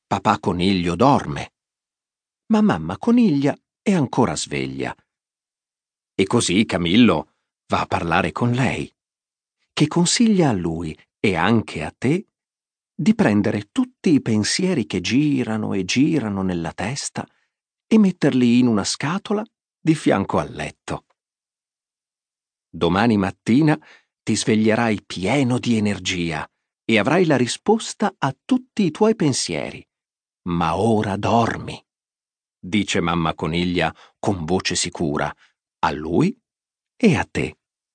papà coniglio dorme, ma mamma coniglia è ancora sveglia. E così Camillo va a parlare con lei, che consiglia a lui e anche a te di prendere tutti i pensieri che girano e girano nella testa e metterli in una scatola di fianco al letto. Domani mattina ti sveglierai pieno di energia e avrai la risposta a tutti i tuoi pensieri. Ma ora dormi, dice mamma coniglia con voce sicura, a lui e a te.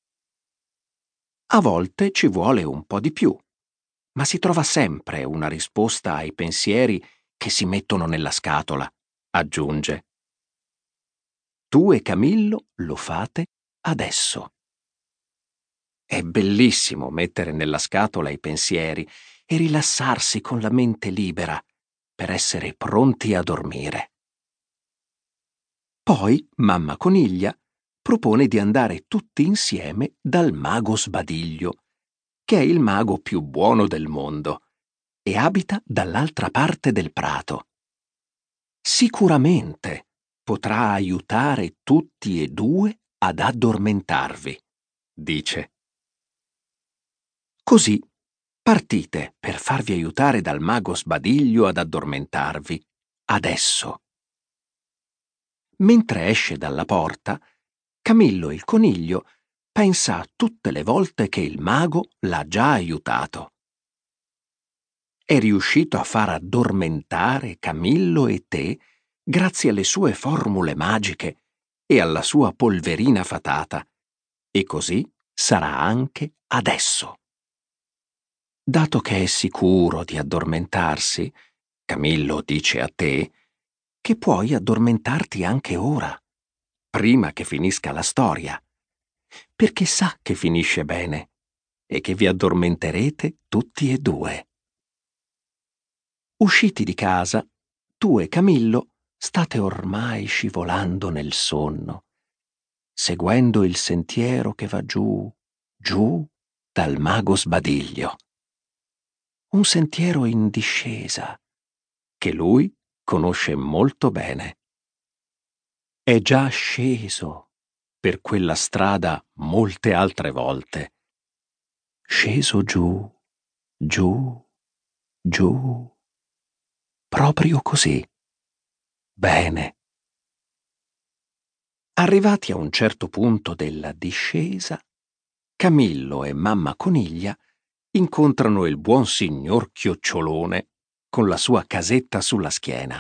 A volte ci vuole un po' di più, ma si trova sempre una risposta ai pensieri che si mettono nella scatola, aggiunge. Tu e Camillo lo fate adesso. È bellissimo mettere nella scatola i pensieri e rilassarsi con la mente libera per essere pronti a dormire. Poi mamma coniglia propone di andare tutti insieme dal mago Sbadiglio, che è il mago più buono del mondo e abita dall'altra parte del prato. Sicuramente potrà aiutare tutti e due ad addormentarvi, dice. Così partite per farvi aiutare dal mago Sbadiglio ad addormentarvi, adesso. Mentre esce dalla porta, Camillo il coniglio pensa a tutte le volte che il mago l'ha già aiutato. È riuscito a far addormentare Camillo e te grazie alle sue formule magiche e alla sua polverina fatata, e così sarà anche adesso. Dato che è sicuro di addormentarsi, Camillo dice a te che puoi addormentarti anche ora, prima che finisca la storia, perché sa che finisce bene e che vi addormenterete tutti e due. Usciti di casa, tu e Camillo state ormai scivolando nel sonno, seguendo il sentiero che va giù, giù dal mago Sbadiglio. Un sentiero in discesa che lui conosce molto bene. È già sceso per quella strada molte altre volte. Sceso giù, giù, giù. Proprio così. Bene. Arrivati a un certo punto della discesa, Camillo e mamma coniglia incontrano il buon signor Chiocciolone con la sua casetta sulla schiena.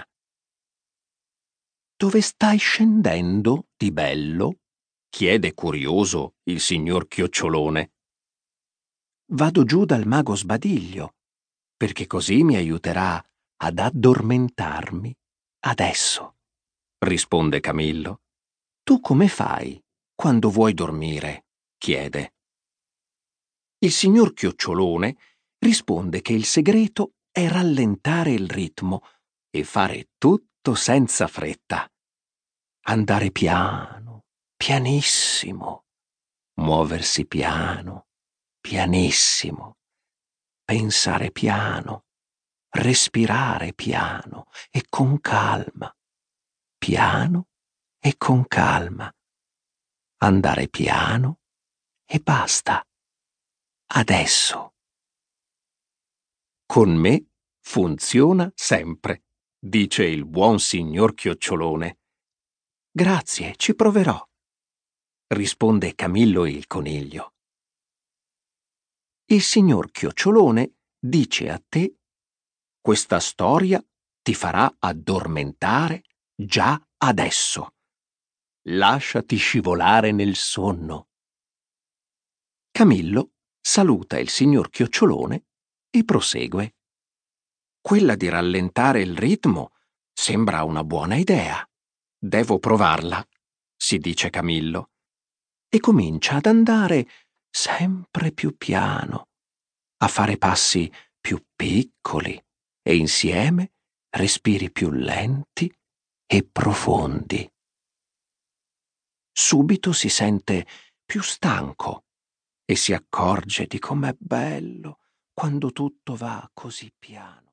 Dove stai scendendo, di bello? Chiede curioso il signor Chiocciolone. Vado giù dal mago Sbadiglio, perché così mi aiuterà ad addormentarmi adesso, risponde Camillo. Tu come fai quando vuoi dormire? Chiede. Il signor Chiocciolone risponde che il segreto è rallentare il ritmo e fare tutto senza fretta. Andare piano, pianissimo, muoversi piano, pianissimo, pensare piano, respirare piano e con calma, piano e con calma, andare piano e basta. Adesso. Con me funziona sempre, dice il buon signor Chiocciolone. Grazie, ci proverò, risponde Camillo il coniglio. Il signor Chiocciolone dice a te: questa storia ti farà addormentare già adesso. Lasciati scivolare nel sonno. Camillo saluta il signor Chiocciolone e prosegue. Quella di rallentare il ritmo sembra una buona idea. Devo provarla, si dice Camillo, e comincia ad andare sempre più piano, a fare passi più piccoli e insieme respiri più lenti e profondi. Subito si sente più stanco e si accorge di com'è bello quando tutto va così piano.